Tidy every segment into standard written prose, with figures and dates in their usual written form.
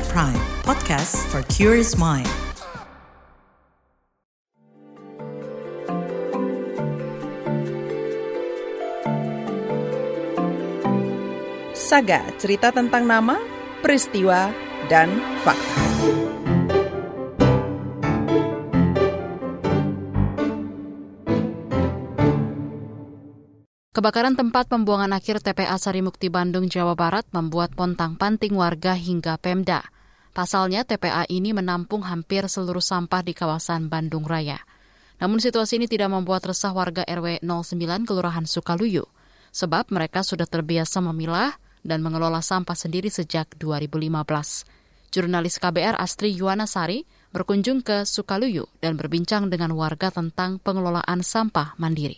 KBR Prime, podcast for curious mind. Saga, cerita tentang nama, peristiwa, dan fakta. Kebakaran tempat pembuangan akhir TPA Sarimukti Bandung, Jawa Barat membuat pontang-panting warga hingga Pemda. Pasalnya TPA ini menampung hampir seluruh sampah di kawasan Bandung Raya. Namun situasi ini tidak membuat resah warga RW 09 Kelurahan Sukaluyu, sebab mereka sudah terbiasa memilah dan mengelola sampah sendiri sejak 2015. Jurnalis KBR Astri Yuwanasari berkunjung ke Sukaluyu dan berbincang dengan warga tentang pengelolaan sampah mandiri.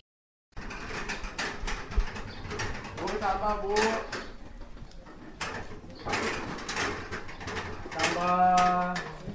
Bu, tambah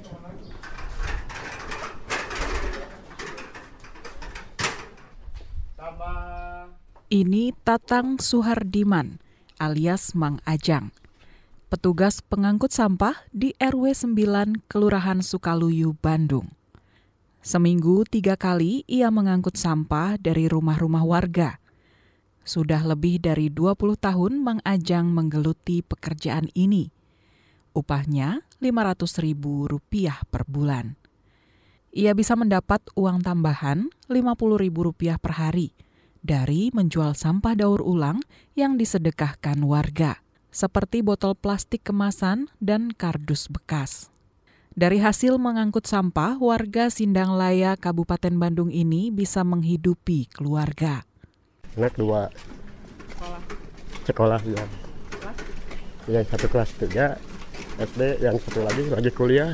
Ini Tatang Suhardiman alias Mang Ajang, petugas pengangkut sampah di RW 9 Kelurahan Sukaluyu, Bandung. Seminggu 3 kali ia mengangkut sampah dari rumah-rumah warga. Sudah lebih dari 20 tahun Mang Ajang menggeluti pekerjaan ini. Upahnya Rp500.000 per bulan. Ia bisa mendapat uang tambahan Rp50.000 per hari dari menjual sampah daur ulang yang disedekahkan warga, seperti botol plastik kemasan dan kardus bekas. Dari hasil mengangkut sampah, warga Sindang Laya, Kabupaten Bandung ini bisa menghidupi keluarga. anak 2 sekolah ya. Yang satu kelas 3 SD, yang satu lagi kuliah.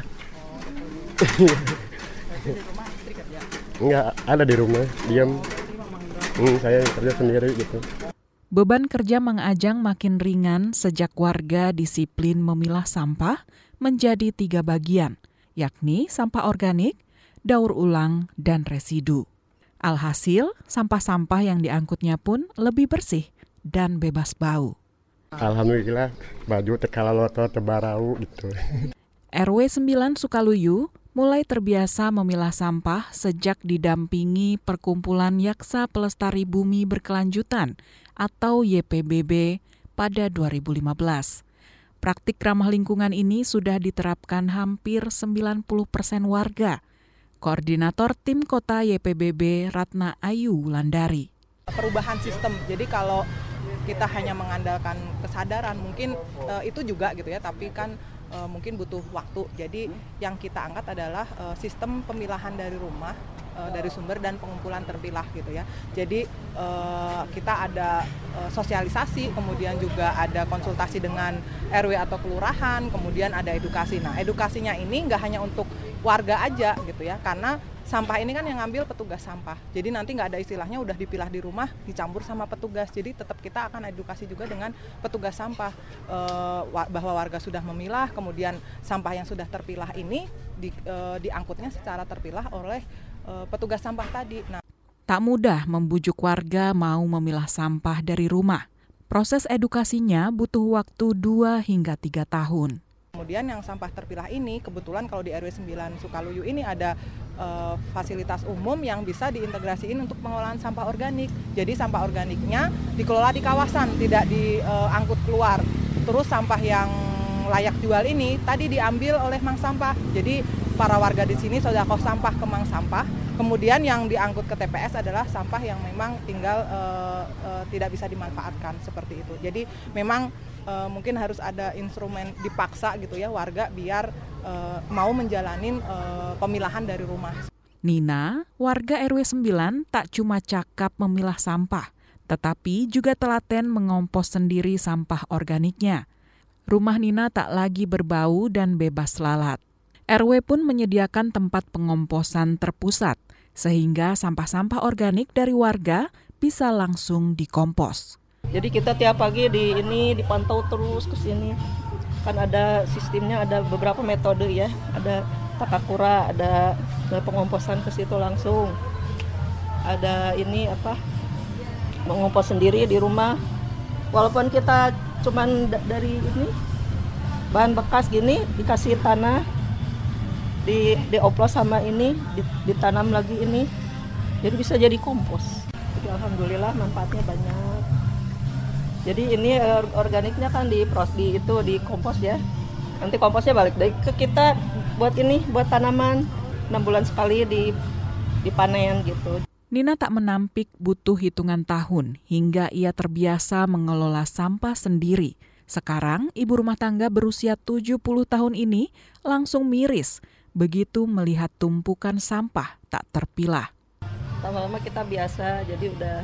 Di rumah istri kerja? Enggak, ada di rumah, diam. Saya kerja sendiri gitu. Beban kerja Mang Ajang makin ringan sejak warga disiplin memilah sampah menjadi 3 bagian, yakni sampah organik, daur ulang, dan residu. Alhasil, sampah-sampah yang diangkutnya pun lebih bersih dan bebas bau. Alhamdulillah, baju tekalaloto tebarau gitu. RW 9 Sukaluyu mulai terbiasa memilah sampah sejak didampingi Perkumpulan Yaksa Pelestari Bumi Berkelanjutan atau YPBB pada 2015. Praktik ramah lingkungan ini sudah diterapkan hampir 90% warga. Koordinator Tim Kota YPBB Ratna Ayu Wulandari. Perubahan sistem, jadi kalau kita hanya mengandalkan kesadaran mungkin itu juga gitu ya, tapi kan mungkin butuh waktu. Jadi yang kita angkat adalah sistem pemilahan dari rumah, dari sumber dan pengumpulan terpilah gitu ya. Jadi kita ada sosialisasi, kemudian juga ada konsultasi dengan RW atau kelurahan, kemudian ada edukasi. Nah, edukasinya ini nggak hanya untuk warga aja gitu ya, karena sampah ini kan yang ngambil petugas sampah. Jadi nanti nggak ada istilahnya udah dipilah di rumah dicampur sama petugas. Jadi tetap kita akan edukasi juga dengan petugas sampah bahwa warga sudah memilah, kemudian sampah yang sudah terpilah ini diangkutnya secara terpilah oleh petugas sampah tadi. Nah, tak mudah membujuk warga mau memilah sampah dari rumah. Proses edukasinya butuh waktu 2 hingga 3 tahun. Kemudian yang sampah terpilah ini, kebetulan kalau di RW 9 Sukaluyu ini ada fasilitas umum yang bisa diintegrasiin untuk pengolahan sampah organik. Jadi sampah organiknya dikelola di kawasan, tidak diangkut keluar. Terus sampah yang layak jual ini tadi diambil oleh Mang Sampah. Jadi para warga di sini sedekah sampah ke Mang Sampah. Kemudian yang diangkut ke TPS adalah sampah yang memang tinggal tidak bisa dimanfaatkan seperti itu. Jadi memang mungkin harus ada instrumen dipaksa gitu ya warga biar mau menjalanin pemilahan dari rumah. Nina, warga RW 9 tak cuma cakap memilah sampah, tetapi juga telaten mengompos sendiri sampah organiknya. Rumah Nina tak lagi berbau dan bebas lalat. RW pun menyediakan tempat pengomposan terpusat, sehingga sampah-sampah organik dari warga bisa langsung dikompos. Jadi kita tiap pagi dipantau terus ke sini. Kan ada sistemnya, ada beberapa metode ya. Ada takakura, ada pengomposan ke situ langsung. Ada mengompos sendiri di rumah. Walaupun kita cuman dari bahan bekas gini dikasih tanah, dioplos sama ini, ditanam lagi ini, jadi bisa jadi kompos. Jadi alhamdulillah manfaatnya banyak. Jadi ini organiknya kan di kompos ya. Nanti komposnya balik lagi ke kita buat tanaman 6 bulan sekali dipanen gitu. Nina tak menampik butuh hitungan tahun hingga ia terbiasa mengelola sampah sendiri. Sekarang ibu rumah tangga berusia 70 tahun ini langsung miris begitu melihat tumpukan sampah tak terpilah. Lama-lama kita biasa, jadi udah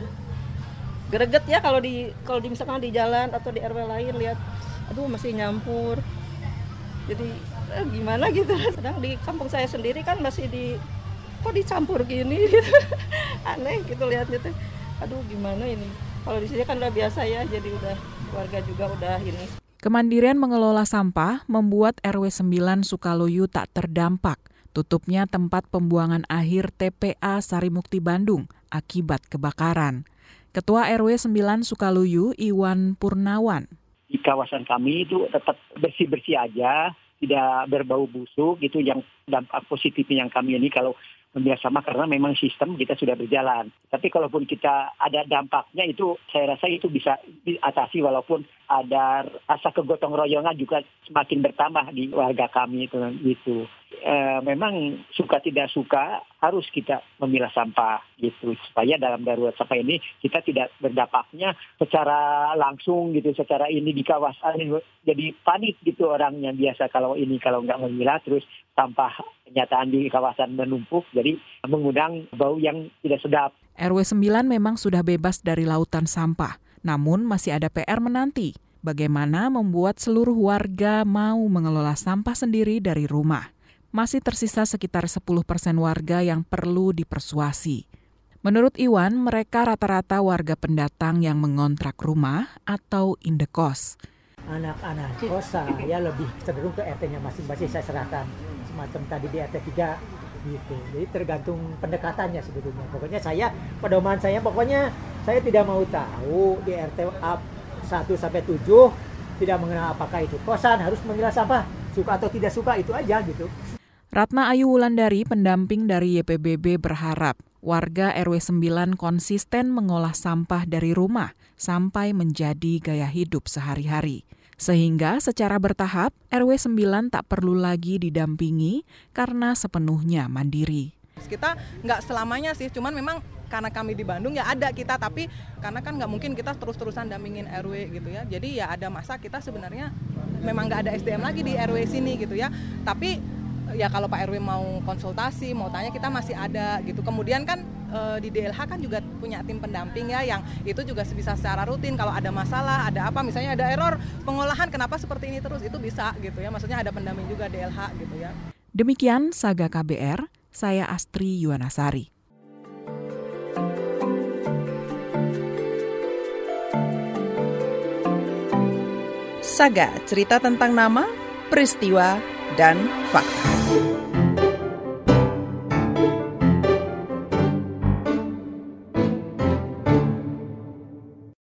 greget ya kalau misalkan di jalan atau di RW lain lihat, aduh masih nyampur. Jadi gimana gitu. Sedang di kampung saya sendiri kan masih kok dicampur gini gitu. Aneh gitu lihatnya tuh. Aduh gimana ini. Kalau di sini kan udah biasa ya, jadi udah keluarga juga udah ini. Kemandirian mengelola sampah membuat RW 9 Sukaluyu tak terdampak. Tutupnya tempat pembuangan akhir TPA Sarimukti Bandung akibat kebakaran. Ketua RW 9 Sukaluyu, Iwan Purnawan. Di kawasan kami itu tetap bersih-bersih aja, tidak berbau busuk gitu. Yang dampak positifnya yang kami ini kalau memilah sampah karena memang sistem kita sudah berjalan. Tapi kalaupun kita ada dampaknya itu saya rasa itu bisa diatasi walaupun ada rasa kegotong royongan juga semakin bertambah di warga kami itu gitu. Memang suka tidak suka harus kita memilah sampah gitu supaya dalam darurat sampah ini kita tidak berdampaknya secara langsung gitu, secara ini di kawasan ini jadi panik gitu orangnya biasa kalau nggak memilah terus sampah kenyataan di kawasan menumpuk jadi mengundang bau yang tidak sedap. RW 9 memang sudah bebas dari lautan sampah, namun masih ada PR menanti. Bagaimana membuat seluruh warga mau mengelola sampah sendiri dari rumah. Masih tersisa sekitar 10% warga yang perlu dipersuasi. Menurut Iwan, mereka rata-rata warga pendatang yang mengontrak rumah atau indekos. Anak-anak kos saya lebih cenderung ke RT-nya masing-masing saya serahkan. Semacam tadi di RT 3 gitu. Jadi tergantung pendekatannya sebetulnya. Pokoknya pedoman saya saya tidak mau tahu di RT 1 sampai 7 tidak mengenal apakah itu kosan harus memilah sampah. Suka atau tidak suka itu aja gitu. Ratna Ayu Wulandari, pendamping dari YPBB berharap warga RW 9 konsisten mengolah sampah dari rumah sampai menjadi gaya hidup sehari-hari. Sehingga secara bertahap RW 9 tak perlu lagi didampingi karena sepenuhnya mandiri. Kita nggak selamanya sih, cuman memang karena kami di Bandung ya ada kita, tapi karena kan nggak mungkin kita terus-terusan dampingin RW gitu ya. Jadi ya ada masa kita sebenarnya memang nggak ada SDM lagi di RW sini gitu ya. Tapi ya kalau Pak RW mau konsultasi, mau tanya kita masih ada gitu. Kemudian kan di DLH kan juga punya tim pendamping ya yang itu juga bisa secara rutin kalau ada masalah, ada apa misalnya ada error pengolahan kenapa seperti ini terus itu bisa gitu ya. Maksudnya ada pendamping juga DLH gitu ya. Demikian Saga KBR, saya Astri Yuwanasari. Saga, cerita tentang nama, peristiwa, dan fakta.